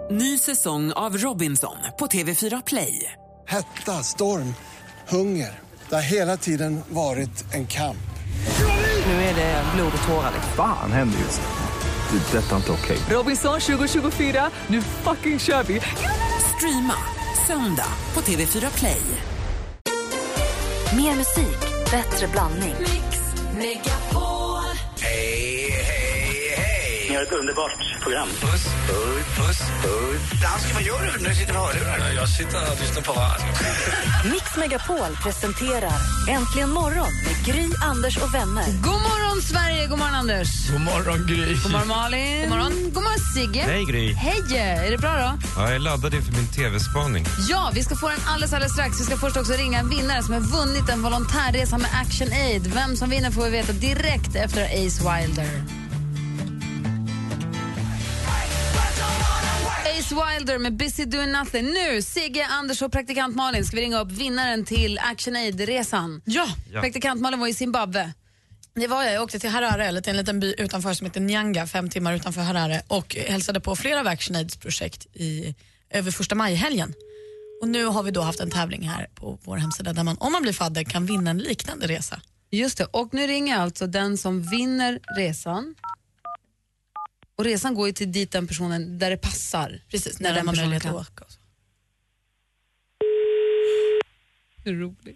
Ny säsong av Robinson på TV4 Play. Hetta, storm, hunger. Det har hela tiden varit en kamp. Nu är det blod och tårar. Fan händer just det. Det är detta inte okej. Robinson 2024, nu fucking kör vi. Streama söndag på TV4 Play. Mer musik, bättre blandning. Mix Megapol. Hej, hej, hej. Ni har ett underbart program. Puss, puss, puss. Danske, vad gör du när du sitter och hör? Jag sitter och lyssnar på radio. Mix Megapol presenterar Äntligen morgon med Gry, Anders och vänner. God morgon Sverige, god morgon Anders. God morgon, Gry. God morgon Malin. God morgon. God morgon Sigge. Hej Gry. Hej, är det bra då? Ja, jag är laddad inför min tv-spaning. Ja, vi ska få den alldeles strax. Vi ska först också ringa en vinnare som har vunnit en volontärresa med Action Aid. Vem som vinner får vi veta direkt efter Ace Wilder. Ace Wilder med Busy Doing Nothing. Nu, Sigge, Anders och praktikant Malin ska vi ringa upp vinnaren till Action Aid-resan. Ja. Praktikant Malin var i Zimbabwe. Det var jag åkte till Harare, eller till en liten by utanför som heter Nyanga, 5 timmar utanför Harare, och hälsade på flera av Action Aids projekt över 1 maj-helgen. Och nu har vi då haft en tävling här på vår hemsida där man, om man blir fadder, kan vinna en liknande resa. Just det, och nu ringer alltså den som vinner resan. Och resan går ju till dit den personen där det passar. Precis, när den har möjlighet att åka. Och så. Det är roligt.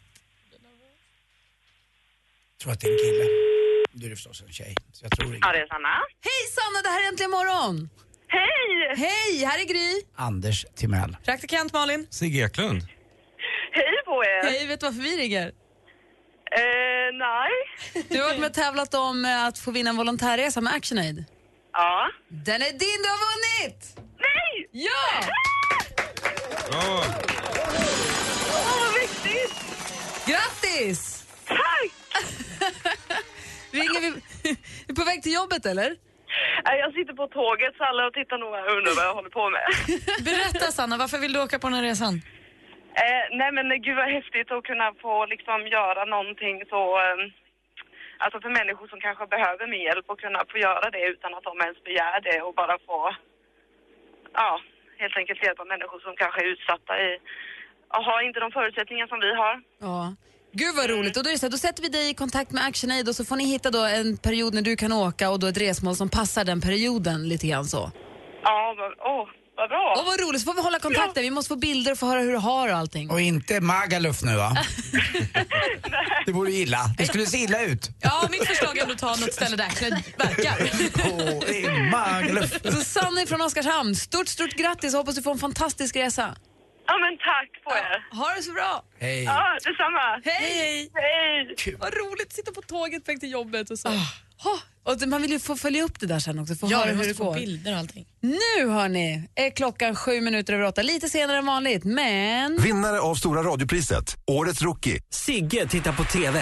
Jag tror att det är en kille. Du är det förstås en tjej. Så jag tror Ja, det är Sanna. Hej Sanna, det här är Äntligen morgon. Hej! Hej, här är Gry. Anders Timell. Praktikant Malin. Sigge Eklund. Hej på er. Hej, vet du varför vi ringer? Nej. Du har varit med och tävlat om att få vinna en volontärresa med Action Aid. Ja. Den är din, du har vunnit! Nej! Ja! Oh. Vad viktigt. Grattis! Tack! Ringer vi... Är du på väg till jobbet eller? Nej, jag sitter på tåget så alla tittar nog och undrar vad jag håller på med. Berätta Sanna, varför vill du åka på den här resan? Nej men gud vad häftigt att kunna få liksom göra någonting så... Alltså för människor som kanske behöver mer hjälp och kunna få göra det utan att de ens begär det och bara få, ja, helt enkelt hjälpa människor som kanske är utsatta och har inte de förutsättningar som vi har. Ja. Gud vad roligt. Och då är det så här, då sätter vi dig i kontakt med Action Aid och så får ni hitta då en period när du kan åka och då ett resmål som passar den perioden lite grann så. Ja, vad bra. Och vad roligt, så får vi hålla kontakten. Vi måste få bilder och få höra hur du har och allting. Och inte Magaluf nu va? Det vore illa. Det skulle se illa ut. Ja, mitt förslag är att ta något ställe där det verkar. I Magaluf. Så Sanna från Oskarshamn, stort grattis och hoppas du får en fantastisk resa. Ja men tack på er. Ha det så bra. Hej. Ja, detsamma. Hej. Hej. Vad roligt att sitta på tåget på väg till jobbet och så. Och man vill ju få följa upp det där sen också. Få höra hur det går. Bilder och allting. Nu hörni, är klockan 7:07, lite senare än vanligt, men... Vinnare av Stora radiopriset, Årets Rookie. Sigge tittar på TV.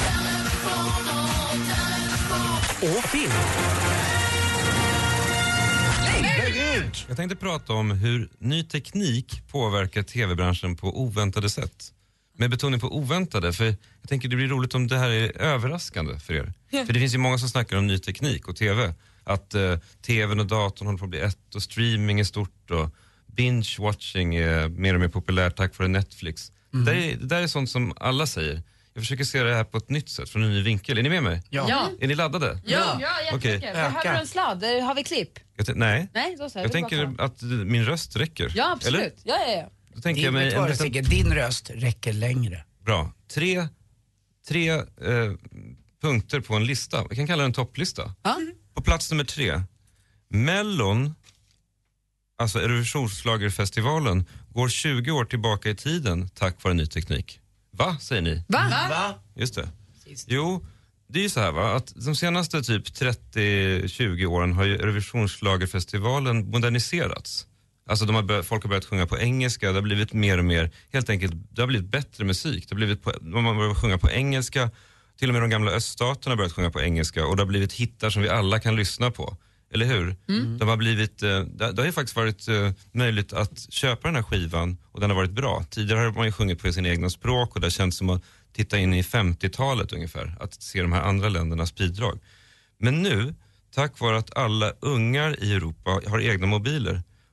Och film. Jag tänkte prata om hur ny teknik påverkar tv-branschen på oväntade sätt. Med betoning på oväntade, för jag tänker det blir roligt om det här är överraskande för er. För det finns ju många som snackar om ny teknik och tv. Att tvn och datorn håller på att bli ett och streaming är stort och binge-watching är mer och mer populärt tack vare Netflix. Det där är sånt som alla säger. Jag försöker se det här på ett nytt sätt, från en ny vinkel. Är ni med mig? Ja. Är ni laddade? Ja, jättemycket. Behöver du en sladd? Har vi klipp? Nej. Nej, då så. Jag tänker att min röst räcker. Ja, absolut. Eller? Ja. Då tänker jag mig Sigge, din röst räcker längre. Bra. Tre punkter på en lista. Vi kan kalla det en topplista. På plats nummer 3. Mellon, alltså Eurovisionsschlagerfestivalen, går 20 år tillbaka i tiden tack vare ny teknik. Va, säger ni? Va? Just det. Jo, det är ju så här va, att de senaste typ 30-20 åren har ju Eurovisionsschlagerfestivalen moderniserats. Alltså folk har börjat sjunga på engelska, det har blivit mer och mer, helt enkelt, det har blivit bättre musik. Det har blivit man har börjat sjunga på engelska, till och med de gamla öststaterna har börjat sjunga på engelska och det har blivit hittar som vi alla kan lyssna på. Eller hur? De har blivit, det har ju faktiskt varit möjligt att köpa den här skivan och den har varit bra. Tidigare har man ju sjungit på sin egna språk och det känns som att titta in i 50-talet ungefär, att se de här andra ländernas bidrag. Men nu, tack vare att alla ungar i Europa har egna mobiler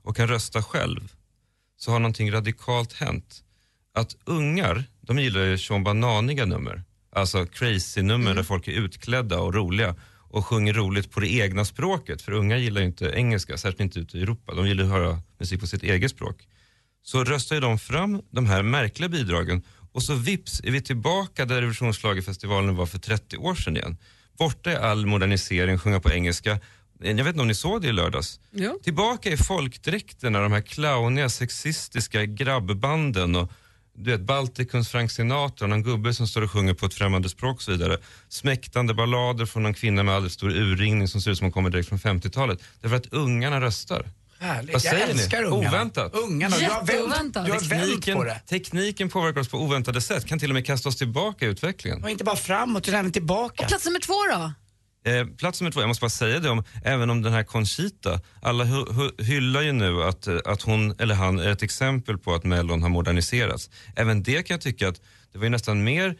och kan rösta själv, så har någonting radikalt hänt. Att ungar, de gillar ju Sean Bananiga nummer. Alltså crazy-nummer där folk är utklädda och roliga och sjunger roligt på det egna språket. För unga gillar ju inte engelska, särskilt inte ute i Europa. De gillar höra musik på sitt eget språk. Så röstar ju de fram de här märkliga bidragen och så vips är vi tillbaka där Eurovisionsschlagerfestivalen var för 30 år sedan igen. Borta är all modernisering, sjunga på engelska. Jag vet inte om ni såg det i lördags. Jo. Tillbaka i folkdräkterna, de här clowniga, sexistiska grabbbanden och du vet, Baltikums Frank Sinatra, någon gubbe som står och sjunger på ett främmande språk och så vidare. Smäktande ballader från någon kvinna med alldeles stor urringning som ser ut som hon kommer direkt från 50-talet. Därför att ungarna röstar. Härligt. Vad säger jag älskar ni? Ungarna. Oväntat. Jätteoväntat. Jag har vänt på det. Tekniken påverkar oss på oväntade sätt. Kan till och med kasta oss tillbaka i utvecklingen. Och inte bara framåt utan även tillbaka. Och plats nummer 2 då? Plats nummer 2, jag måste bara säga det även om den här Conchita. Alla hyllar ju nu att hon eller han är ett exempel på att Mellon har moderniserats. Även det kan jag tycka att det var ju nästan mer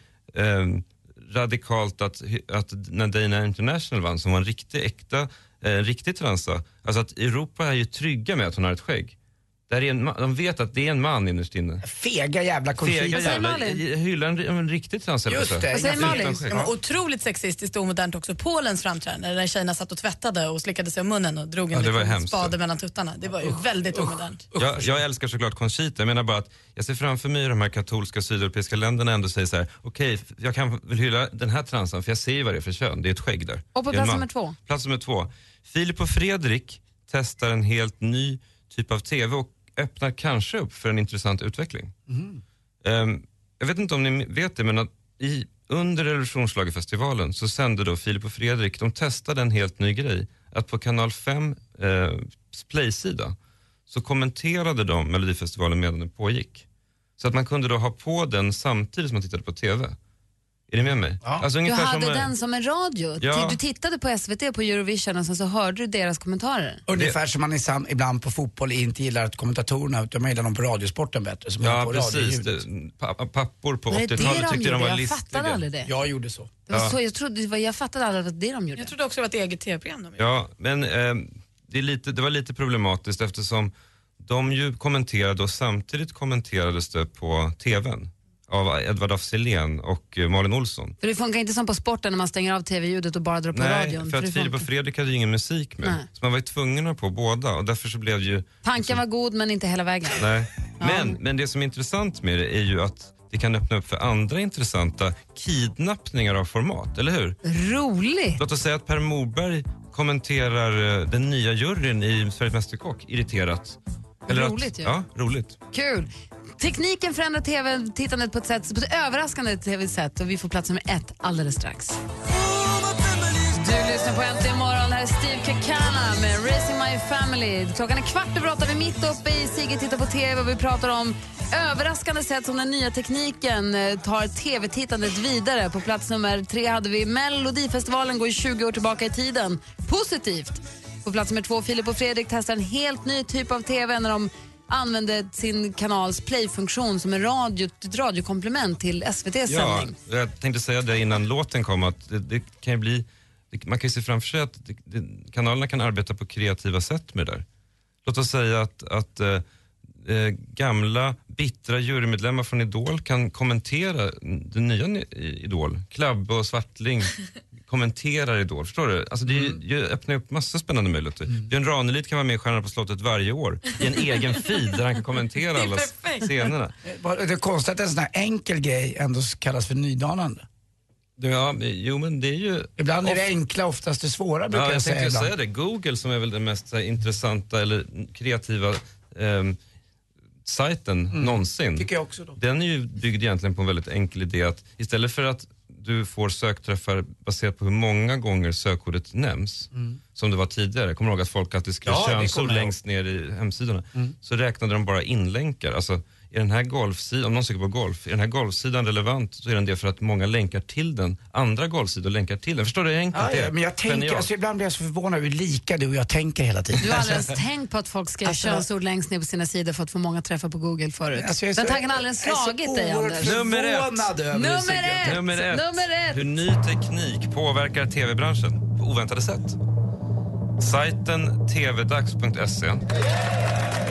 radikalt att när Dana International vann, som var en riktig transa. Alltså att Europa är ju trygga med att hon har ett skägg. Där är de vet att det är en man innerst inne. Fega jävla Conchita. Hyllar en riktig trans. Just det. Vad säger Malin? Ja, otroligt sexistiskt och modernt också. Polens framträdande där tjejerna satt och tvättade och slickade sig om munnen och drog en spade mellan tuttarna. Det var ju väldigt omodernt. Jag älskar såklart Conchita. Jag menar bara att jag ser framför mig de här katolska sydeuropeiska länderna ändå säger så här: okej, jag kan väl hylla den här transan för jag ser ju vad det är för kön. Det är ett skägg där. Och på plats nummer 2? Plats nummer 2. Filip och Fredrik testar en helt ny typ av tv och öppnar kanske upp för en intressant utveckling. Jag vet inte om ni vet det, men att under Eurovisionsschlagerfestivalen så sände då Filip och Fredrik, de testade en helt ny grej. Att på kanal 5 Play-sida så kommenterade de Melodifestivalen medan den pågick. Så att man kunde då ha på den samtidigt som man tittade på tv. Är ni med mig? Ja. Alltså, du hade den som en radio. Ja. Du tittade på SVT på Eurovision och så hörde du deras kommentarer. Ungefär som man ibland på fotboll inte gillar att kommentatorerna utan man gillar dem på radiosporten bättre. Som ja, på precis. Pappor på 80-talet tyckte de var listiga. Jag fattade aldrig det. Jag gjorde så. Det var så jag fattade aldrig att det de gjorde. Jag trodde också det var ett eget tv-program de gjorde. Ja, men det var lite problematiskt eftersom de ju kommenterade och samtidigt kommenterades det på tvn av Edvard af Sillén och Malin Olsson. För det funkar inte som på sporten när man stänger av tv-ljudet och bara drar på radion. Nej, för att Filip och Fredrik hade ju ingen musik med. Nej. Så man var ju tvungen att på båda och därför så blev det ju... Tanken var god men inte hela vägen. Nej, men det som är intressant med det är ju att det kan öppna upp för andra intressanta kidnappningar av format, eller hur? Roligt! Låt oss säga att Per Morberg kommenterar den nya juryn i Sveriges Mästerkock irriterat. Eller roligt ju. Ja, roligt. Kul! Tekniken förändrar tv-tittandet på ett överraskande tv-sätt och vi får plats nummer 1 alldeles strax. Du lyssnar på Äntligen morgon. Här är Steve Kekana med Raising My Family. Klockan är 7:15. Vi är mitt uppe i Sigge tittar på tv och vi pratar om överraskande sätt som den nya tekniken tar tv-tittandet vidare. På plats nummer 3 hade vi Melodifestivalen, går 20 år tillbaka i tiden. Positivt. På plats nummer 2, Filip och Fredrik testar en helt ny typ av tv när de använde sin kanals play-funktion som en radiokomplement till SVT:s sändning. Ja, jag tänkte säga det innan låten kom att det kan ju bli, man kan ju se framför sig att kanalerna kan arbeta på kreativa sätt med det där. Låt oss säga att gamla bittra jurymedlemmar från Idol kan kommentera den nya Idol. Klabb och Svartling kommenterar Idol, förstår du? Alltså det öppnar upp massa spännande möjligheter. Björn Ranelid kan vara med i Stjärnorna på slottet varje år i en egen feed där han kan kommentera alla scenerna. Det är konstigt att en sån här enkel grej ändå kallas för nydanande. Ja, jo men det är ju... Ibland är det enkla, oftast det svåra brukar jag säga. Jag säga det. Google som är väl den mest intressanta eller kreativa sajten någonsin. Tycker jag också då. Den är ju byggd egentligen på en väldigt enkel idé att istället för att du får sökträffar baserat på hur många gånger sökordet nämns som det var tidigare. Kommer ihåg att folk alltid skrev könsord längst ner i hemsidorna. Så räknade de bara inlänkar. Alltså är den här golfsidan, om någon söker på golf, är den här golfsidan relevant så är den det för att många länkar till den. Andra golfsidor länkar till den. Förstår du hur enkelt det är? Men jag tänker, alltså, ibland blir jag så förvånad hur lika du och jag tänker hela tiden. Du har aldrig ens tänkt på att folk ska könsord längst ner på sina sidor för att få många träffar på Google förut. Alltså, den tanken har aldrig slagit dig, Anders. Nummer ett. Hur ny teknik påverkar tv-branschen på oväntade sätt. Sajten tvdags.se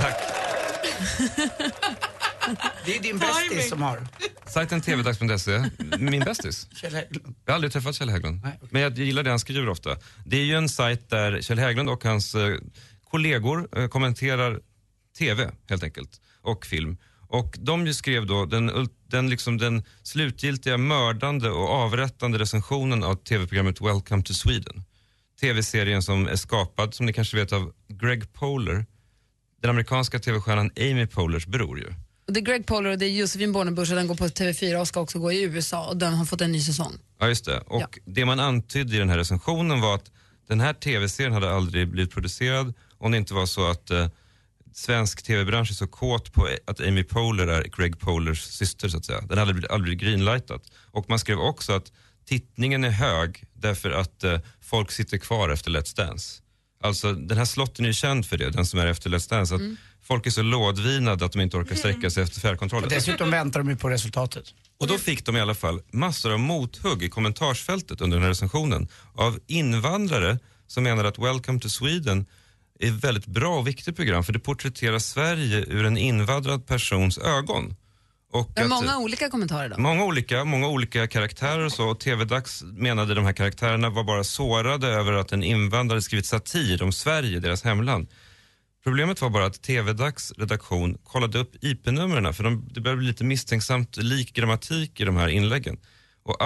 Det är din bästis som har. Sajten tvdags.se, min bästis. Kjell Hägglund. Jag har aldrig träffat Kjell Hägglund. Men jag gillar det han skriver ofta. Det är ju en sajt där Kjell Hägglund och hans kollegor kommenterar tv helt enkelt. Och film. Och de ju skrev då den slutgiltiga mördande och avrättande recensionen av tv-programmet Welcome to Sweden. Tv-serien som är skapad, som ni kanske vet, av Greg Poler. Den amerikanska tv-stjärnan Amy Polers bror ju. Och det är Greg Poler och det är Josefin Bornebusch och den går på TV4 och ska också gå i USA och den har fått en ny säsong. Ja, just det. Och det man antydde i den här recensionen var att den här tv-serien hade aldrig blivit producerad om det inte var så att svensk tv-bransch är så kåt på att Amy Poehler är Greg Polers syster så att säga. Den hade aldrig greenlightat. Och man skrev också att tittningen är hög därför att folk sitter kvar efter Let's Dance. Alltså den här slotten är ju känd för det, den som är efter Let's Dance. Att folk är så lådvinade att de inte orkar sträcka sig efter färgkontrollen. Och dessutom väntar de ju på resultatet. Och då fick de i alla fall massor av mothugg i kommentarsfältet under den här recensionen av invandrare som menar att Welcome to Sweden är ett väldigt bra och viktigt program för det porträtterar Sverige ur en invandrad persons ögon. Och det är många olika kommentarer då? Många olika karaktärer och så. Och TV-dags menade de här karaktärerna var bara sårade över att en invandrare skrivit satir om Sverige, deras hemland. Problemet var bara att TV-dags redaktion kollade upp IP-numren för det började bli lite misstänksamt lik grammatik i de här inläggen. Och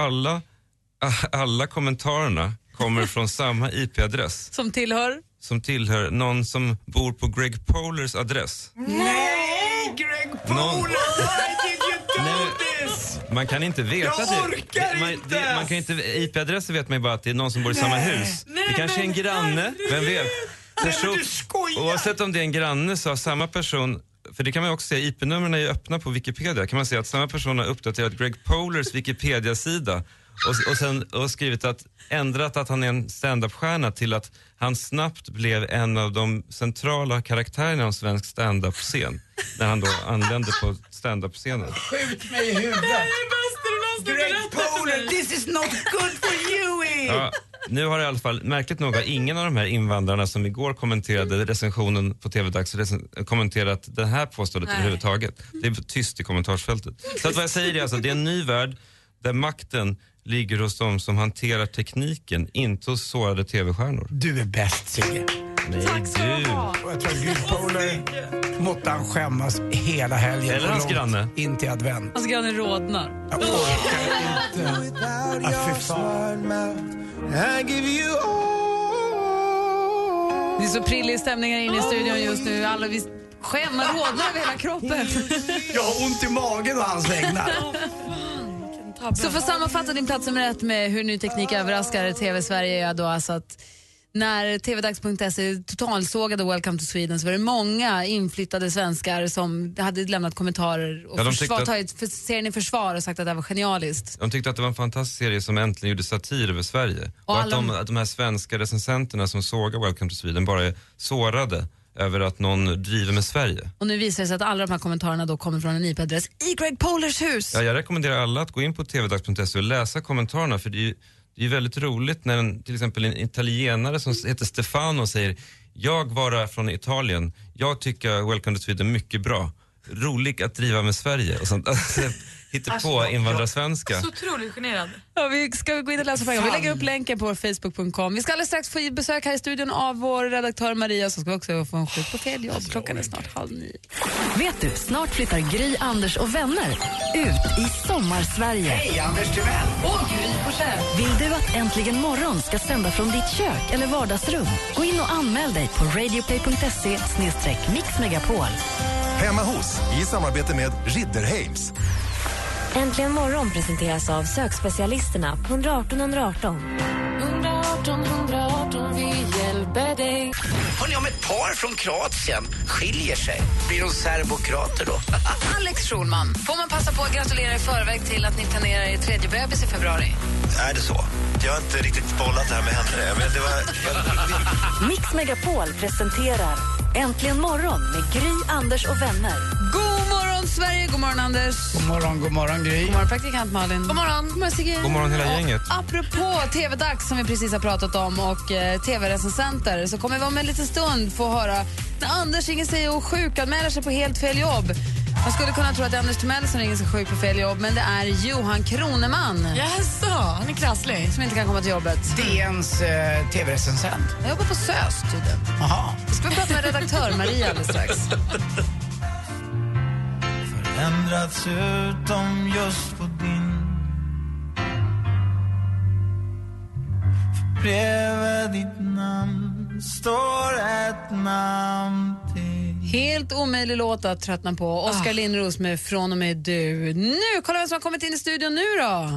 alla kommentarerna kommer från samma IP-adress. Som tillhör någon som bor på Greg Polers adress. Nej, Greg Poler! Why did you do this? Man kan inte veta det. Man kan inte, IP-adresser vet man ju bara att det är någon som bor i samma hus. Det kanske är en granne, vem vet? Oavsett om det är en granne så har samma person, för det kan man också säga, IP-numren är ju öppna på Wikipedia, kan man säga att samma person har uppdaterat Greg Polers Wikipedia-sida och skrivit ändrat att han är en stand-up-stjärna till att han snabbt blev en av de centrala karaktärerna av svensk stand-up-scen när han då anlände på stand-up-scenen. Skjut mig i huvudet! Greg Poler, this is not good for you! Ja, nu har i alla fall, märkligt nog, ingen av de här invandrarna som igår kommenterade recensionen på TV-dags kommenterat det här påståendet överhuvudtaget. Det är tyst i kommentarsfältet. Så att vad jag säger är alltså, det är en ny värld där makten ligger hos dem som hanterar tekniken, inte hos sårade tv-stjärnor. Du är bäst, Sigge. Nej, du. Och jag tror att Greg Poler måtte han skämmas hela helgen. Eller hans granne. In till advent. Hans granne rodnar. Jag orkar inte. Fy fan. Det är så prillig stämningar inne i studion just nu. Alla vi skämmar rodnar över hela kroppen. Jag har ont i magen och hans vägnar. Så för att sammanfatta din plats nummer 1 med hur ny teknik överraskar TV-Sverige är då alltså att när tvdags.se totalsågade Welcome to Sweden så var det många inflyttade svenskar som hade lämnat kommentarer och tagit serien i försvar och sagt att det var genialiskt. De tyckte att det var en fantastisk serie som äntligen gjorde satir över Sverige. Och att de här svenska recensenterna som sågar Welcome to Sweden bara är sårade över att någon driver med Sverige. Och nu visar det sig att alla de här kommentarerna då kommer från en IP-adress i Greg Polers hus. Ja, jag rekommenderar alla att gå in på tvdags.se och läsa kommentarerna för det är väldigt roligt när till exempel en italienare som heter Stefano säger jag var från Italien, jag tycker Welcome to Sweden mycket bra. Roligt att driva med Sverige och sånt. Hittar på invandrarsvenska. Så otroligt generad. Ja, vi ska gå in och läsa frågan. Vi lägger upp länken på facebook.com. Vi ska alldeles strax få besök här i studion av vår redaktör Maria, så ska vi också få en skjut på fel jobb. Klockan är snart 8:30. Vet du, snart flyttar Gry, Anders och vänner ut i sommarsverige. Hej, Anders Timell! Och Gry Forssell. Vill du att Äntligen morgon ska sända från ditt kök eller vardagsrum? Gå in och anmäl dig på radioplay.se/mixmegapol. Hemma hos, i samarbete med Ridderheims. Äntligen morgon presenteras av sökspecialisterna på 118 118. 118 118, vi hjälper dig. Hörrni, om ett par från Kroatien skiljer sig, blir de serbokrater då? Alex Schulman, får man passa på att gratulera i förväg till att ni planerar er tredje bebis i februari? Är det så? Jag har inte riktigt bollat det här med henne. Men det var... Mix Megapol presenterar Äntligen morgon med Gry, Anders och vänner. God morgon Sverige, god morgon Anders. God morgon Gry. God morgon praktikant Malin. God morgon. God morgon Sigge. God morgon hela gänget. Apropå TV-dags som vi precis har pratat om och TV-recensenter så kommer vi om en liten stund få höra När Anders ringer sig och sjukanmäler sig på helt fel jobb. Man skulle kunna tro att det är Anders Timell som ringer sig sjuk på fel jobb, men det är Johan Kroneman. Jaså, han är krasslig. Som inte kan komma till jobbet. DNs tv-recensent. Jag jobbar på SÖS tydligen. Jaha. Vi ska prata med redaktör Maria alldeles strax. Förändrats utom just på din. För bredvid ditt namn står ett namn till. Helt omöjlig låt att tröttna på. Oskar Lindros med Från och med du. Nu, kolla vem som har kommit in i studion nu då.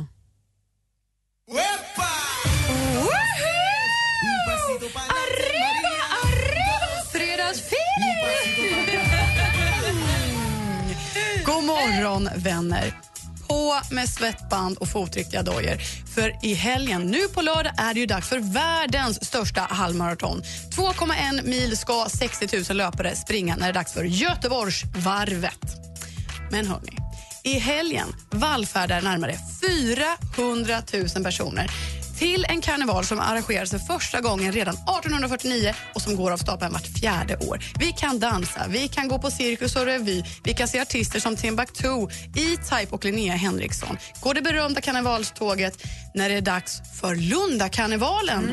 God morgon, vänner. På med svettband och fotriktiga dojor. För i helgen, nu på lördag, är det ju dags för världens största halvmaraton. 2,1 mil ska 60 000 löpare springa när det är dags för Göteborgsvarvet. Men hörni, i helgen vallfärdar närmare 400 000 personer till en karneval som arrangeras för första gången redan 1849 och som går av stapeln vart 4:e år. Vi kan dansa, vi kan gå på cirkus och revy, vi kan se artister som Timbuktu, E-Type och Linnea Henriksson. Går det berömda karnevalståget när det är dags för Lundakarnevalen.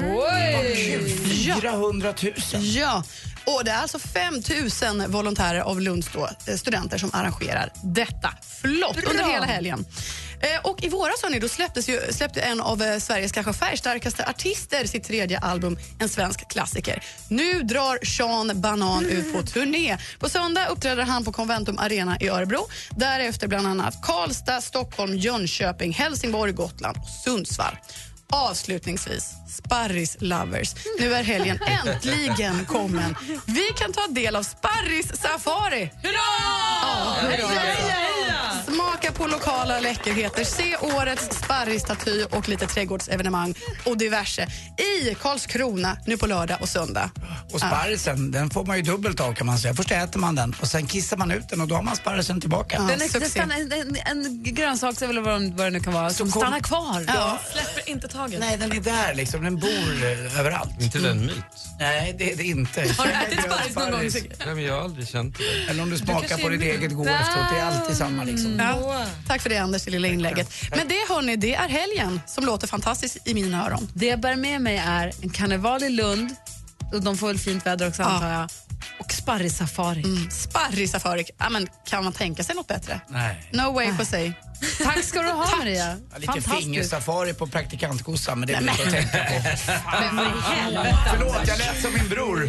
400 000. Ja, och det är alltså 5 000 volontärer av Lunds studenter som arrangerar detta flott under hela helgen. Och i våras då släppte en av Sveriges kanske färgstarkaste artister sitt 3:e album, en svensk klassiker. Nu drar Sean Banan ut på turné. På söndag uppträder han på Conventum Arena i Örebro. Därefter bland annat Karlstad, Stockholm, Jönköping, Helsingborg, Gotland och Sundsvall. Avslutningsvis, Sparris Lovers. Nu är helgen äntligen kommen. Vi kan ta del av Sparris Safari. Hurra! Ja, hurra! Smaka på lokala läckerheter, se årets Sparris-staty och lite trädgårdsevenemang och diverse i Karlskrona nu på lördag och söndag. Och sparrisen, den får man ju dubbelt av kan man säga. Först äter man den och sen kissar man ut den och då har man sparrisen tillbaka. Den en grönsak eller vad det nu kan vara som stannar kvar. Ja. Släpper inte taget. Nej, den är där liksom. Den bor överallt. Inte den myt? Nej, det är det inte. Har du ätit sparris någon gång? Nej, men jag har aldrig känt det. Eller om du smakar på ditt eget gå efteråt. Det är alltid samma liksom. Ja. Tack för det, Anders, det lilla inlägget. Men det, hörni, det är helgen som låter fantastiskt i mina öron. Det jag bär med mig är en karneval i Lund, och de får väl fint väder också antar jag, och Sparris-safari. Sparris-safari, ja, men kan man tänka sig något bättre? Nej. No way på sig. Tack ska du ha, Maria. Lite fingersafari på praktikantkossa, men det är väl inte att tänka på. Förlåt, jag lät som min bror.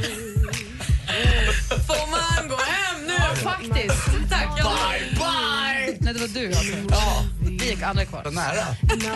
Får man gå hem nu? Ja, faktiskt. Tack. Bye, bye! Nej, det var du alltså. Ja. Vi gick andra kvar. Så nära.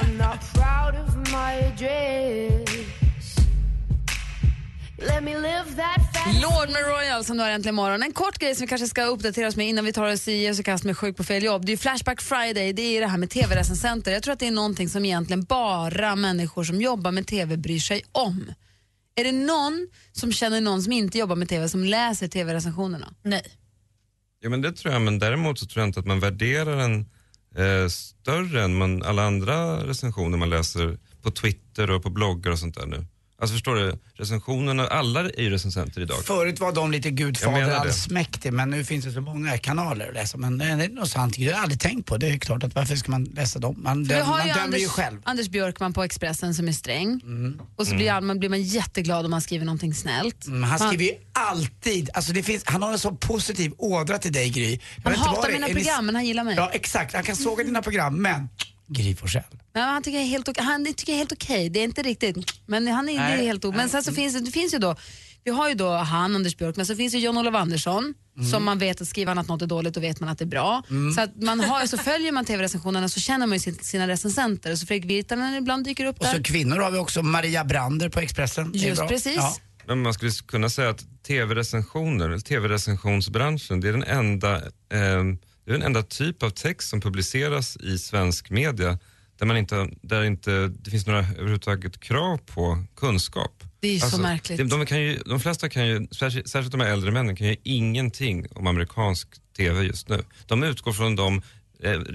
Lord med Royal som du har äntligen morgon. En kort grej som vi kanske ska uppdatera oss med innan vi tar oss i och kast med sjuk på fel jobb. Det är Flashback Friday, det är det här med tv-recensenter. Jag tror att det är någonting som egentligen bara människor som jobbar med tv bryr sig om. Är det någon som känner någon som inte jobbar med tv som läser tv-recensionerna? Nej. Ja, men det tror jag, men däremot så tror jag inte att man värderar den större än alla andra recensioner man läser på Twitter och på bloggar och sånt där nu. Alltså förstår du, recensionerna, alla är ju recensenter idag. Förut var de lite gudfader allsmäktig, men nu finns det så många kanaler att läsa. Men det är något sant, jag har aldrig tänkt på. Det är klart att varför ska man läsa dem? Man dömer ju själv. Anders Björkman på Expressen som är sträng. Och så blir man jätteglad om man skriver någonting snällt. Han skriver ju alltid, alltså han har en så positiv ådra till dig, Gry. Han hatar mina program, men han gillar mig. Ja, exakt. Han kan såga dina program, men Gry Forssell. Ja, han tycker jag är helt okej. Det är inte riktigt, men han är helt okej. Men sen så finns ju då, vi har ju då Anders Björk, men så finns ju John-Olof Andersson som man vet att skriver han att något är dåligt och vet man att det är bra. Så att så följer man tv-recensionerna så känner man ju sina recensenter. Så Fredrik Virtanen ibland dyker upp där. Och så kvinnor har vi också Maria Brander på Expressen. Just precis. Ja. Men man skulle kunna säga att tv-recensionsbranschen, det är den enda typ av text som publiceras i svensk media där inte det finns några överhuvudtaget krav på kunskap. Det är så märkligt. De flesta kan ju, särskilt de här äldre männen, kan ju ingenting om amerikansk tv just nu. De utgår från de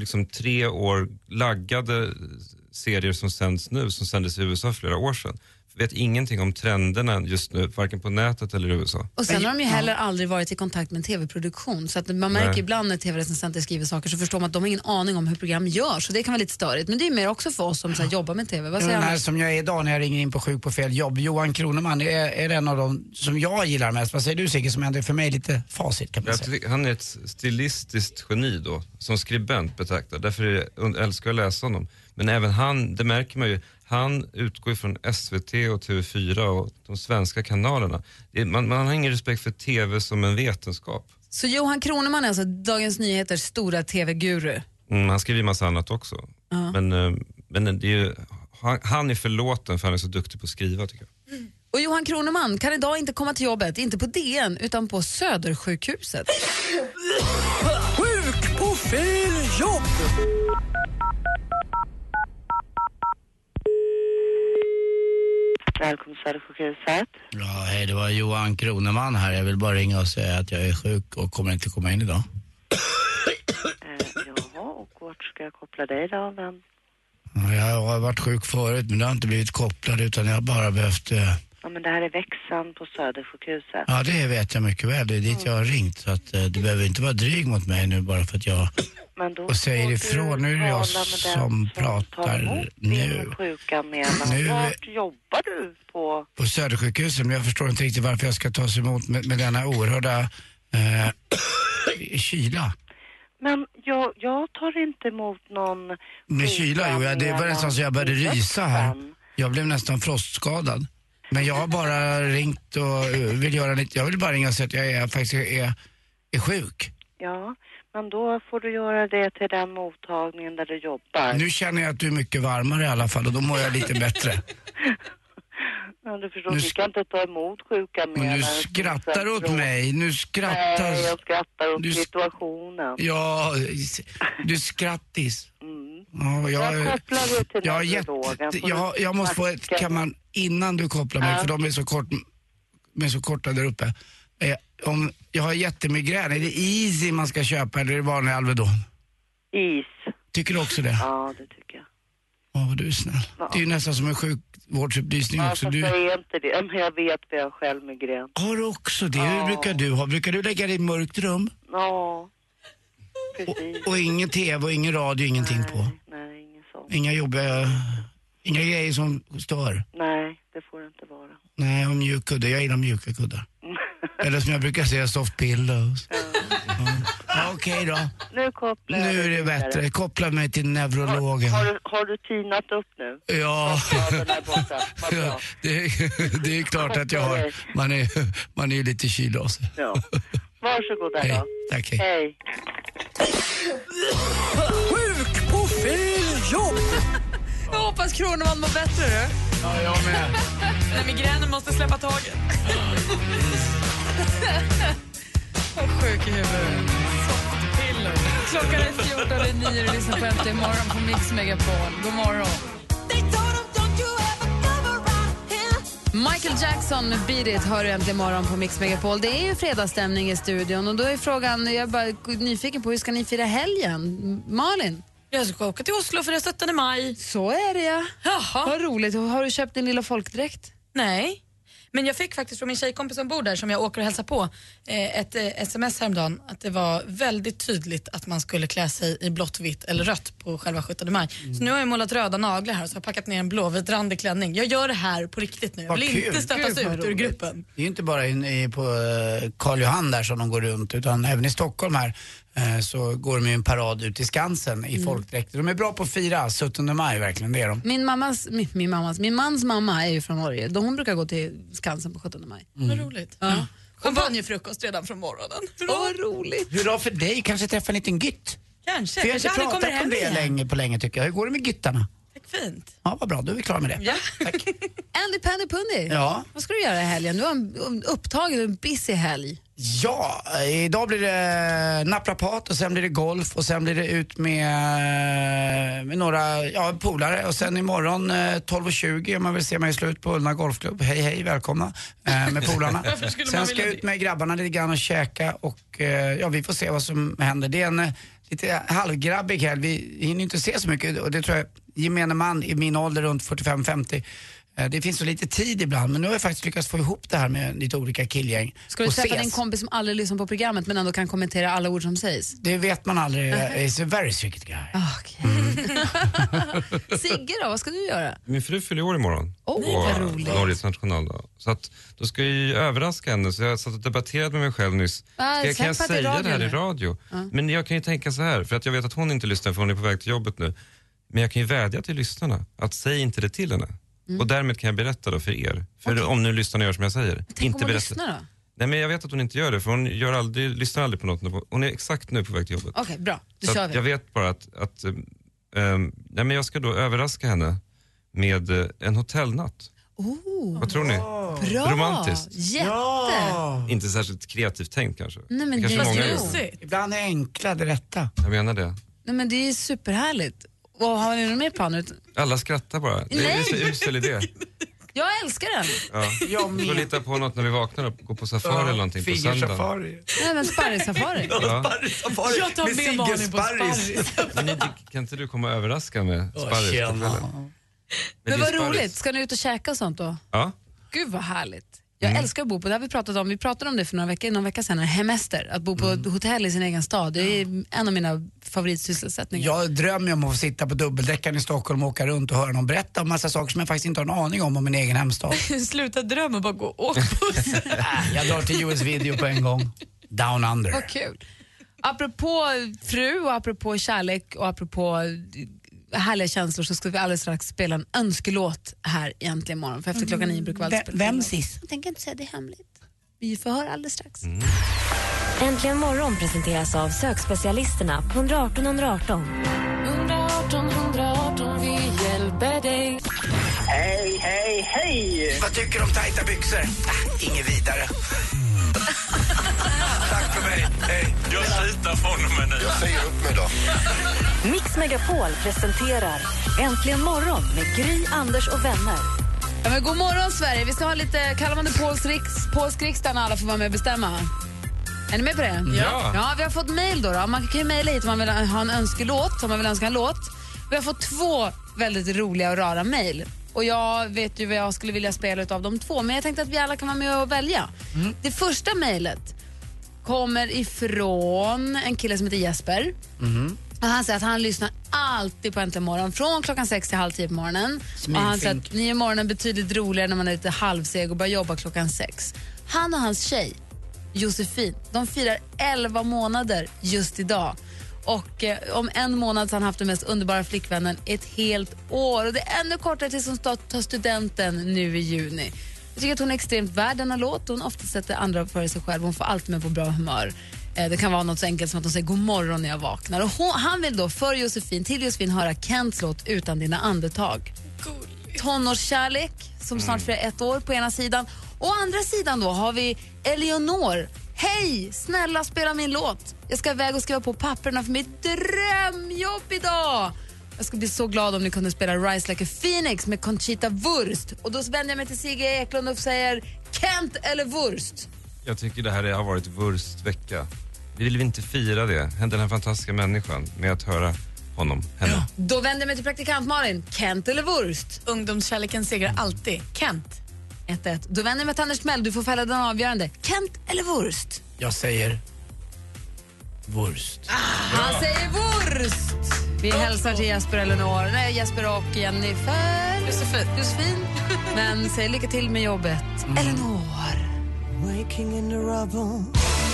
3 år laggade serier som sänds nu, som sändes i USA flera år sedan. vet ingenting om trenderna just nu, varken på nätet eller i USA. Och sen har de ju heller aldrig varit i kontakt med en tv-produktion, så att man märker ibland när tv-recensenter skriver saker så förstår man att de har ingen aning om hur program görs, så det kan vara lite störigt. Men det är mer också för oss som så här, jobbar med tv. Vad säger den här som jag är idag när jag ringer in på Sjuk på fel jobb, Johan Kroneman är en av dem som jag gillar mest. Vad säger du, Sigge, som ändå är för mig lite facit, kan man säga? Han är ett stilistiskt geni då, som skribent betraktad. Därför älskar jag att läsa honom. Men även han, det märker man ju, han utgår från SVT och TV4 och de svenska kanalerna. Man har ingen respekt för TV som en vetenskap. Så Johan Kroneman är alltså Dagens Nyheters stora TV-guru? Han skriver ju massa annat också. Men det är ju, han är förlåten för han är så duktig på att skriva, tycker jag. Och Johan Kroneman kan idag inte komma till jobbet, inte på DN utan på Södersjukhuset. Sjuk på fel jobb! Välkommen till Södersjukhuset. Ja, hej, det var Johan Kroneman här. Jag vill bara ringa och säga att jag är sjuk och kommer inte komma in idag. Jaha, och vart ska jag koppla dig då? Men... Ja, jag har varit sjuk förut, men det har inte blivit kopplad utan jag har bara behövt... Ja, men det här är växan på Södersjukhuset. Ja, det vet jag mycket väl. Det är dit jag har ringt. Så att du behöver inte vara dryg mot mig nu bara för att jag... Och säger ifrån, nu är det jag som pratar nu. Vart jobbar du på? På Södersjukhuset, men jag förstår inte riktigt varför jag ska tas emot med denna oerhörda kyla. Men jag tar inte emot någon... Med kyla, jo, det var nästan så jag började rysa här. Jag blev nästan frostskadad. Men jag har bara ringt och vill göra lite... Jag vill bara ringa och säga att jag faktiskt är sjuk. Ja, men då får du göra det till den mottagningen där du jobbar. Nu känner jag att du är mycket varmare i alla fall och då mår jag lite bättre. Ja, du förstår, vi ska inte ta emot sjuka med. Men du skrattar åt mig, nu skrattar... Nej, jag skrattar åt situationen. Ja, du skrattis. Ja, jag måste få ett, kan man, innan du kopplar mig, för de är så korta där uppe. Om jag har jättemigrän, är det Easy man ska köpa eller är det vanlig Alvedon? Is. Tycker du också det? Ja, det tycker jag. Ja, vad du är snäll. Ja. Det är ju nästan som en sjukvårdsupplysning också. Ja, jag säger inte det, men jag vet att jag har själv migrän. Har du också det? Hur brukar du ha? Brukar du lägga dig i ett mörkt rum? Ja, precis. Och ingen tv och ingen radio, ingenting på? Nej, inget sånt. Inga jobbiga... Inga grejer som stör? Nej, det får det inte vara. Nej, och mjuk kudde. Jag gillar mjuka kuddar. Eller som jag brukar säga, soft pillows. Ja, okej då. Nu är det bättre. Koppla mig till neurologen. Har du tinat upp nu? Ja. Det är klart att jag har. Man är ju lite kylig av sig. Ja. Varsågod där då. Tack, hej. Sjuk på fel jobb! Jag hoppas Kroneman mår bättre, du. Ja, jag med. När migränen måste släppa taget. Vad sjuk i huvudet. Softpiller. Klockan är 14:09 och lyssnar på Äntligen morgon på Mix Megapol. God morgon. Michael Jackson med Beat It hör Äntligen morgon på Mix Megapol. Det är ju fredagsstämning i studion och då är frågan, jag är bara nyfiken på hur ska ni fira helgen? Malin? Jag ska åka till Oslo för det 17 maj. Så är det, ja. Jaha. Vad roligt. Har du köpt din lilla folkdräkt? Nej. Men jag fick faktiskt från min tjejkompis som bor där, som jag åker och hälsar på, ett sms häromdagen att det var väldigt tydligt att man skulle klä sig i blått, vitt eller rött på själva 17 maj. Så nu har jag målat röda naglar här och så har jag packat ner en blåvit randig klänning. Jag gör det här på riktigt nu. Jag vill inte stötas ut ur gruppen. Det är ju inte bara på Karl Johan där som de går runt, utan även i Stockholm här så går de ju en parad ut i Skansen i folkdräkter. De är bra på att fira 17 maj, verkligen, det är de. Min mans mamma är ju från Norge. Hon brukar gå till Skansen på 17 maj. Vad roligt. Ja. Champagnefrukost redan från morgonen. Vad roligt. Hur för dig? Kanske träffa en liten gytt? Kanske. För jag har inte pratat om det länge tycker jag. Hur går det med gyttarna? Fint. Ja, vad bra. Då är vi klara med det. Ja. Tack. Andy Penny Pundy. Ja. Vad ska du göra i helgen? Du har en upptagen och en busy helg. Ja, idag blir det naprapat och sen blir det golf och sen blir det ut med några polare och sen imorgon 12:20 om man vill se mig i slut på Ullna Golfklubb. Hej, välkomna med polarna. Sen ska jag ut med grabbarna lite grann och käka och vi får se vad som händer. Det är en lite halvgrabbig helg. Vi hinner inte se så mycket och det tror jag gemene man i min ålder runt 45-50 Det finns så lite tid ibland, men nu har jag faktiskt lyckats få ihop det här med lite olika killgäng. Ska du träffa din kompis som aldrig lyssnar på programmet men ändå kan kommentera alla ord som sägs? Det vet man aldrig. He's a very secret guy. Sigge då, vad ska du göra? Min fru fyller år imorgon. Vad roligt. Norges nationaldag. Så att då ska jag ju överraska henne. Så jag satt och debatterade med mig själv nyss. Kan jag säga det här i radio? Men jag kan ju tänka så här, för att jag vet att hon inte lyssnar för hon är på väg till jobbet nu. Men jag kan ju vädja till lyssnarna att säga inte det till henne. Och därmed kan jag berätta då för er. För om nu lyssnarna gör som jag säger. Tänk om hon lyssnar då? Nej, men jag vet att hon inte gör det, för hon lyssnar aldrig på något. Hon är exakt nu på väg till jobbet. Okej, bra. Då så kör vi. Jag vet bara att nej, men jag ska då överraska henne med en hotellnatt. Vad tror ni? Bra. Romantiskt. Jätte. Inte särskilt kreativt tänkt kanske. Nej, men kanske det många är gör. mysigt. Ibland är enkla det rätta. Jag menar det. Nej, men det är superhärligt. Och har ni några mer planer? Alla skrattar bara. Det är så usel idé. Jag älskar den. Ja. Vi får lita på något när vi vaknar och gå på safari eller någonting på söndagen. Nej, men sparris-safari. Sparris-safari. Jag tar med Malin på sparris. Men kan inte du komma och överraska med sparris på kvällen? Men vad roligt. Ska ni ut och käka och sånt då? Ja. Gud vad härligt. Jag älskar att bo på, det har vi pratat om. Vi pratade om det för någon vecka sedan, hemester. Att bo på hotell i sin egen stad. Det är en av mina favoritsysselsättningar. Jag drömmer om att få sitta på dubbeldäckaren i Stockholm och åka runt och höra någon berätta om massa saker som jag faktiskt inte har en aning om min egen hemstad. Sluta drömma, bara gå och åka buss. Jag drar till US Video på en gång. Down under. Vad kul. Apropå fru och apropå kärlek och apropå härliga känslor så ska vi alldeles strax spela en önskelåt här egentligen imorgon. För efter klockan 9 brukar vi alltid spela. Vem sist? Jag tänker inte säga det hemligt. Vi får höra alldeles strax. Äntligen morgon presenteras av sökspecialisterna på 118 118. 118 118, vi hjälper dig. Hej, hej, hej! Vad tycker du om tajta byxor? Inget vidare. Tack för mig. Hej. Jag slutar från och med nu. Jag säger upp mig då. Mix Megapol presenterar Äntligen morgon med Gry, Anders och vänner. Ja, men god morgon Sverige. Vi ska ha lite, kallar man det polsk riksdag när alla får vara med och bestämma. Är ni med på det? Ja, vi har fått mejl då. Man kan ju mejla hit om man vill ha en önskelåt, om man vill önska en låt. Vi har fått 2 väldigt roliga och rara mejl. Och jag vet ju vad jag skulle vilja spela av de 2, men jag tänkte att vi alla kan vara med och välja. Det första mejlet kommer ifrån en kille som heter Jesper. Och han säger att han lyssnar alltid på Äntligen morgon från klockan 6 till 7:30 på morgonen. Och han säger att 9 morgonen är betydligt roligare när man är lite halvseg och börjar jobba klockan 6. Han och hans tjej Josefin, de firar 11 månader just idag. Och om en månad så har han haft den mest underbara flickvännen ett helt år. Och det är ännu kortare tills hon tar studenten nu i juni. Jag tycker att hon är extremt värd denna låt. Hon ofta sätter andra före sig själv. Hon får alltid med på bra humör. Det kan vara något så enkelt som att hon säger god morgon när jag vaknar. Och han vill då till Josefin höra Kents låt Utan dina andetag. Tonårskärlek som snart firar 1 år på ena sidan. Och andra sidan då har vi Eleonor. Hej, snälla spela min låt. Jag ska iväg och skriva på papperna för mitt drömjobb idag. Jag skulle bli så glad om ni kunde spela Rise Like a Phoenix med Conchita Wurst. Och då vänder jag mig till Sigge Eklund och säger Kent eller Wurst? Jag tycker det här har varit Wurst-vecka. Vi vill inte fira det, den här fantastiska människan, med att höra henne. Ja. Då vänder jag mig till praktikant Malin. Kent eller Wurst? Ungdomskärleken segrar alltid. Kent. 1-1. Då vänder jag mig till Anders Mell. Du får fälla den avgörande. Kent eller Wurst? Jag säger Wurst. Han säger Wurst. Vi hälsar till Jesper och Jennifer. Josefin. Men säg lycka till med jobbet. Eleanor. Waking in the rubble.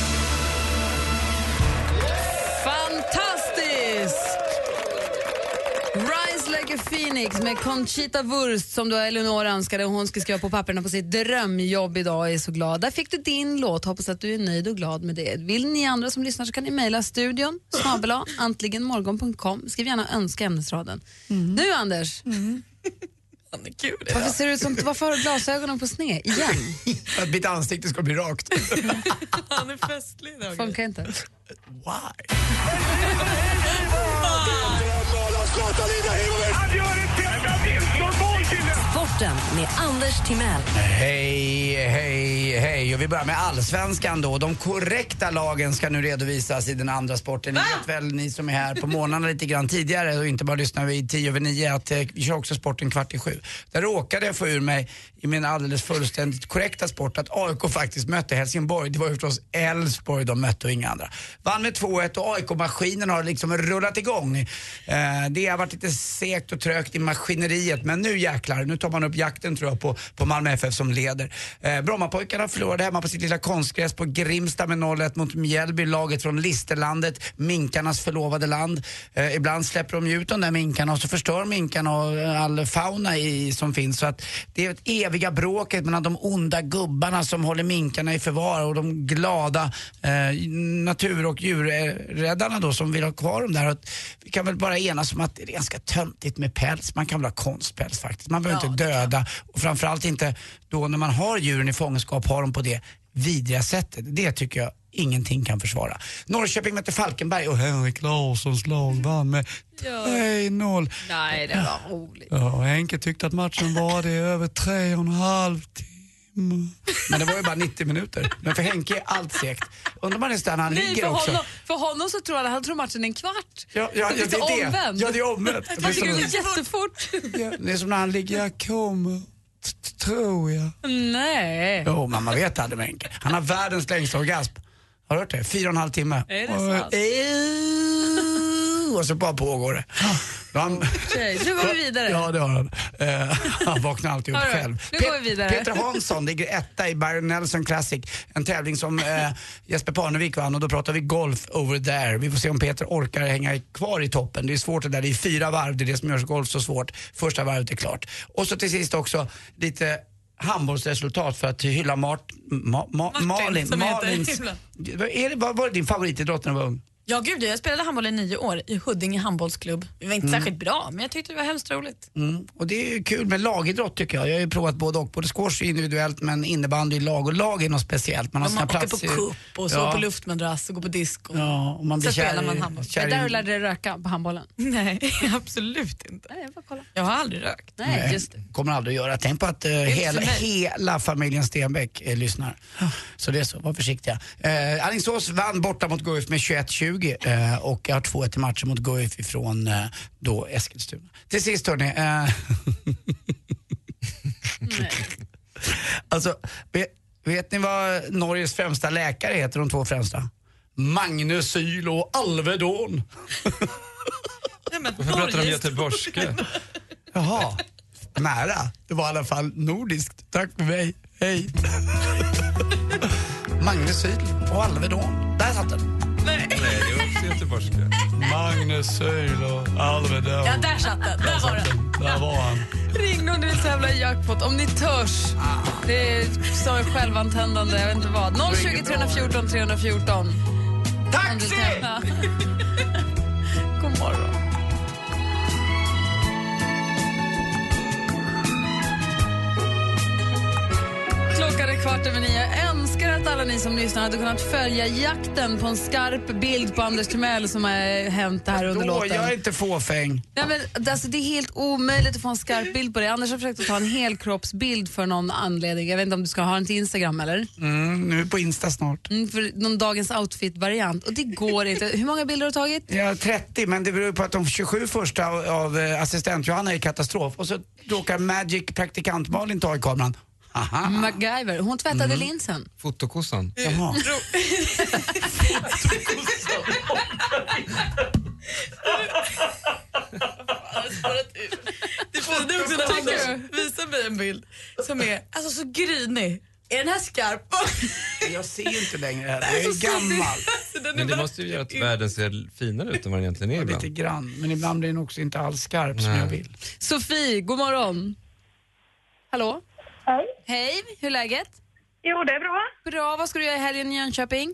Fantastiskt! Rise Like a Phoenix med Conchita Wurst som då Eleanor önskade. Hon ska skriva på papperna på sitt drömjobb idag och är så glad. Där fick du din låt. Hoppas att du är nöjd och glad med det. Vill ni andra som lyssnar så kan ni mejla studion @antligenmorgon.com. Skriv gärna önska ämnesraden. Nu Anders. Han är kul. Varför har du glasögonen på sned igen? För att mitt ansikte ska bli rakt. Han är festlig idag. Funkar inte. Why? Sporten med Anders Timell. Hej. Och vi börjar med Allsvenskan då. De korrekta lagen ska nu redovisas i den andra sporten. Ni vet väl, ni som är här på morgnarna lite grann tidigare och inte bara lyssnar vid 10:09 att vi kör också sporten 6:45. Där råkade jag få ur mig i min alldeles fullständigt korrekta sport att AIK faktiskt mötte Helsingborg. Det var ju förstås Elfsborg de mötte och inga andra. Vann med 2-1 och AIK-maskinen har liksom rullat igång. Det har varit lite segt och trögt i maskineriet, men nu jäklar, nu tar man upp jakten tror jag på Malmö FF som leder. Brommapojkarna förlorade hemma på sitt lilla konstgräs på Grimsta med 0-1 mot Mjällby, laget från Listerlandet, minkarnas förlovade land. Ibland släpper de ut de där minkarna och så förstör minkarna och all fauna som finns, så att det är ett eviga bråket mellan de onda gubbarna som håller minkarna i förvar och de glada natur- och djurräddarna då som vill ha kvar dem där. Att vi kan väl bara enas om att det är ganska töntigt med päls. Man kan väl ha konstpäls faktiskt. Man behöver inte döda och framförallt inte då när man har djuren i fångenskap har dem på det vidriga sättet. Det tycker jag ingenting kan försvara. Norrköping mötte Falkenberg och Henrik Larssons lag vann med 3-0. Nej, det var roligt. Ja, Henke tyckte att matchen var det över 3,5 timmar. Men det var ju bara 90 minuter. Men för Henke är allt segt. Undrar man nästan han ligger också. För honom så tror han tror matchen är en kvart. Ja, det är det. Omvänd. Ja, det är omvänt. Han tycker det är jättefort. Ja, det är som när han ligger, jag kommer, tror jag. Nej. Jo, man vet aldrig med Henke. Han har världens längsta orgasm. Har du hört det? 4,5 timmar. Är det sant? Och så bara pågår det. Okej, nu går vi vidare. Ja, det har han. Han vaknar alltid upp själv. Nu går vi vidare. Peter Hansson ligger etta i Byron Nelson Classic. En tävling som Jesper Parnevik vann, och då pratar vi golf over there. Vi får se om Peter orkar hänga kvar i toppen. Det är svårt det där, det är 4 varv. Det är det som gör golf så svårt. Första varvet är klart. Och så till sist också lite handbollsresultat för att hylla Malins. Vad var din favoritidrott när du var ung? Ja gud, jag spelade handboll i 9 år i Huddinge handbollsklubb. Det var inte särskilt bra, men jag tyckte det var hemskt roligt. Och det är ju kul med lagidrott tycker jag. Jag har ju provat både squash individuellt, men innebandy lag och lag är något speciellt. Man har sina åker på cup och så på luftmadrass och går på disco. Ja, och man blir så spelar man handboll. Är det där du lärde dig röka på handbollen? Nej, absolut inte. Nej, jag får kolla. Jag har aldrig rökt. Nej, just det. Kommer aldrig att göra. Tänk på att hela familjen Stenbeck lyssnar. Så det är så, var försiktiga. Alingsås vann borta mot Guif med 21-20 och har 2-1 i matchen mot Guif ifrån då Eskilstuna. Till sist hörni, alltså vet ni vad Norges främsta läkare heter, de 2 främsta? Magnus Syl och Alvedon. Varför pratar de göteborgska? Jaha, nära. Det var i alla fall nordiskt. Tack för mig. Hej. Magnus Syl och Alvedon. Där satt den. Nej, det var också göteborgska. Magnus Syl och Alvedon. Ja, där satt den. Där var den. Där var han. Ring om du vill tävla i jackpot, om ni törs. Det är så självantändande, jag vet inte vad. 020 314 314. Taxi! God morgon. Klockan är 8:15. Jag önskar att alla ni som lyssnar hade kunnat följa jakten på en skarp bild på Anders Timell som har hänt här under låten. Jag är inte fåfäng. Ja, men, alltså, det är helt omöjligt att få en skarp bild på det. Anders har försökt att ta en helkroppsbild för någon anledning. Jag vet inte om du ska ha den till Instagram eller? Nu på Insta snart. För någon dagens outfit-variant. Och det går inte. Hur många bilder har du tagit? Ja, 30, men det beror på att de 27 första av assistent Johanna är katastrof. Och så råkar Magic praktikant Malin ta i kameran. Aha. MacGyver. Hon tvättade linsen. Fotokossan. Jaha. Det får också när Anders visar mig en bild som är alltså så grinig. Är den här skarp? Jag ser ju inte längre här. Jag är gammal. Men det måste ju göra att världen ser finare ut än vad den egentligen är ibland. Lite grann, men ibland blir den också inte alls skarp som jag vill. Sofie, god morgon. Hallå? Hej. Hej, hur är läget? Jo, det är bra. Bra, vad ska du göra i helgen i Jönköping?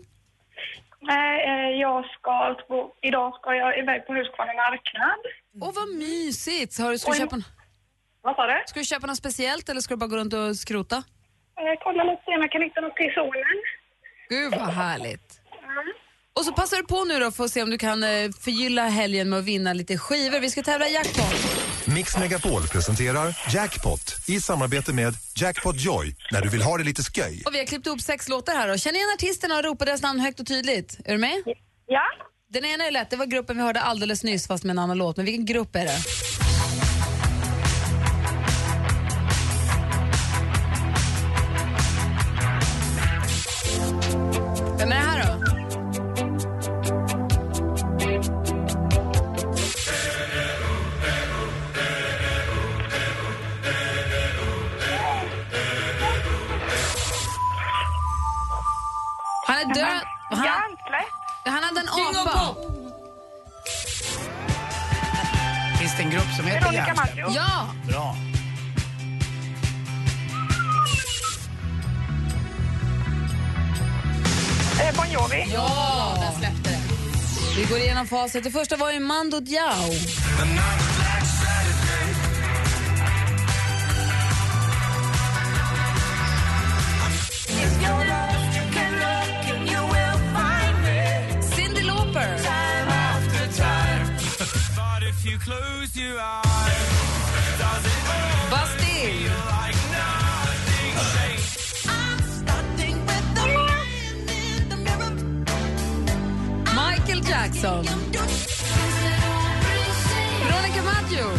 Idag ska jag iväg på Husqvarna marknad. Åh, vad mysigt. Ska du köpa Vad sa du? Ska du köpa något speciellt eller ska du bara gå runt och skrota? Kolla lite, jag kan hitta något till solen. Gud, vad härligt. Och så passar du på nu då för att se om du kan förgylla helgen med att vinna lite skivor. Vi ska tävla i jackpot. Mix Megapol presenterar Jackpot i samarbete med Jackpot Joy när du vill ha det lite sköj. Och vi har klippt upp 6 låtar här och känner igen artisterna och ropar deras namn högt och tydligt. Är du med? Ja. Den ena är lätt, det var gruppen vi hörde alldeles nyss fast med en annan låt. Men vilken grupp är det? Vem är det här då? Han är död. Han hade en apa. Finns det en grupp som heter Järnsläpp? Ja. Bra. Bon Jovi. Ja, där släppte det. Vi går igenom facit. Det första var ju Mando Diao. Cyndi Lauper. Bastille. Michael Jackson. Veronica Maggio.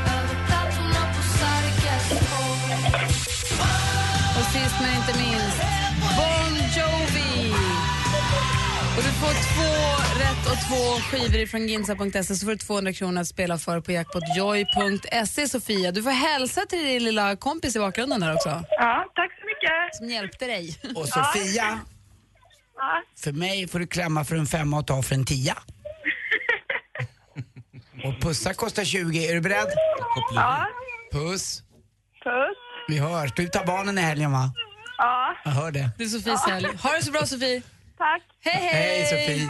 Och sist men inte minst Bon Jovi. Och du får 2 rätt och 2 skivor ifrån ginsa.se, så får du 200 kronor att spela för på jackpotjoy.se. Sofia, du får hälsa till din lilla kompis i bakgrunden där också. Ja, tack så mycket. Som hjälpte dig. Och Sofia, för mig får du klämma för en 5 och ta för en 10. Och pussa kostar 20. Är du beredd? Ja. Puss. Puss. Vi hörs. Du tar barnen i helgen, va? Ja. Jag hör det. Det är Sofies helg. Ha det så bra, Sofie. Tack. Hej, hej. Hej, Sofie.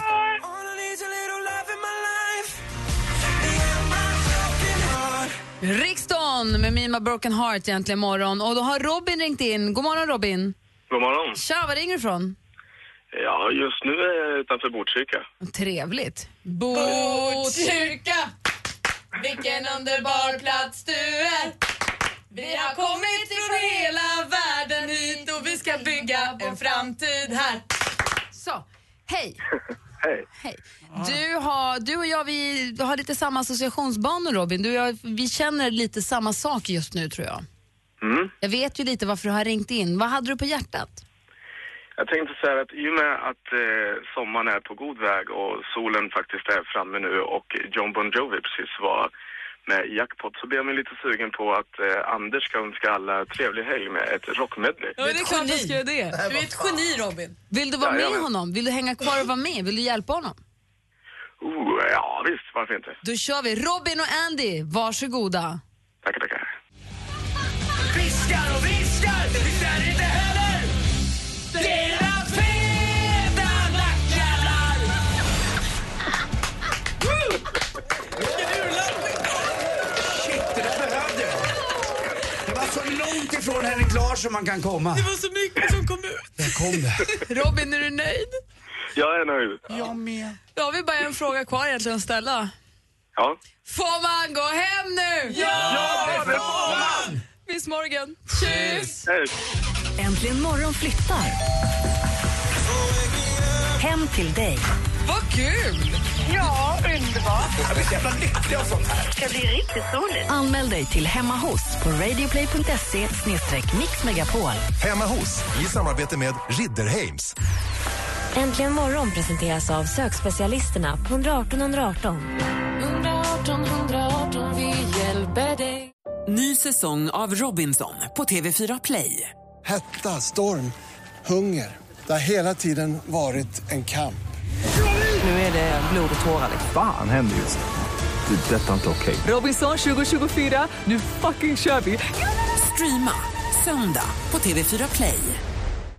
Riksdagen med Mima Broken Heart egentligen morgon. Och då har Robin ringt in. God morgon, Robin. God morgon. Tja, var ringer du ifrån? Ja, just nu är jag utanför Botkyrka. Trevligt. Botkyrka, vilken underbar plats du är. Vi har kommit från hela världen hit och vi ska bygga en framtid här. Så, hej. Hej. Hej. Du och jag, vi har lite samma associationsbanor, Robin. Du och jag, vi känner lite samma sak just nu, tror jag. Mm. Jag vet ju lite varför du har ringt in. Vad hade du på hjärtat? Jag tänkte säga att i och med att sommaren är på god väg och solen faktiskt är framme nu och John Bon Jovi precis var med i Jackpot, så blir jag mig lite sugen på att Anders ska önska alla trevlig helg med ett rockmedley. Ja, det är klart jag ska göra det. Du är ett geni, Robin. Vill du vara med honom? Vill du hänga kvar och vara med? Vill du hjälpa honom? Ja, visst, varför inte? Då kör vi. Robin och Andy, varsågoda. Tackar, tackar. Viskar och viskar, viskar inte heller. Dera feta nackjävlar. Shit, det där behövde jag. Det var så långt ifrån Henrik Larsson man kan komma. Det var så mycket som kom ut. Det kom det. Robin, är du nöjd? Jag är nöjd. Jag med. Då har vi bara en fråga kvar egentligen att ställa. Ja. Får man gå hem nu? Ja, det får man! Miss Morgan. Tjus! Äntligen morgon flyttar. Hem till dig. Vad kul! Ja, underbart. Jag blir så jävla lycklig av sånt här. Det ska bli riktigt roligt. Anmäl dig till Hemma hos på radioplay.se/mixmegapol. Hemma hos i samarbete med Ridderheims. Äntligen morgon presenteras av sökspecialisterna på 118 118. 118 118, vi hjälper dig. Ny säsong av Robinson på TV4 Play. Hetta, storm, hunger. Det har hela tiden varit en kamp. Nu är det blod och tårar. Fan händer just det. Det är detta inte okej. Robinson 2024, nu fucking kör vi. Streama söndag på TV4 Play.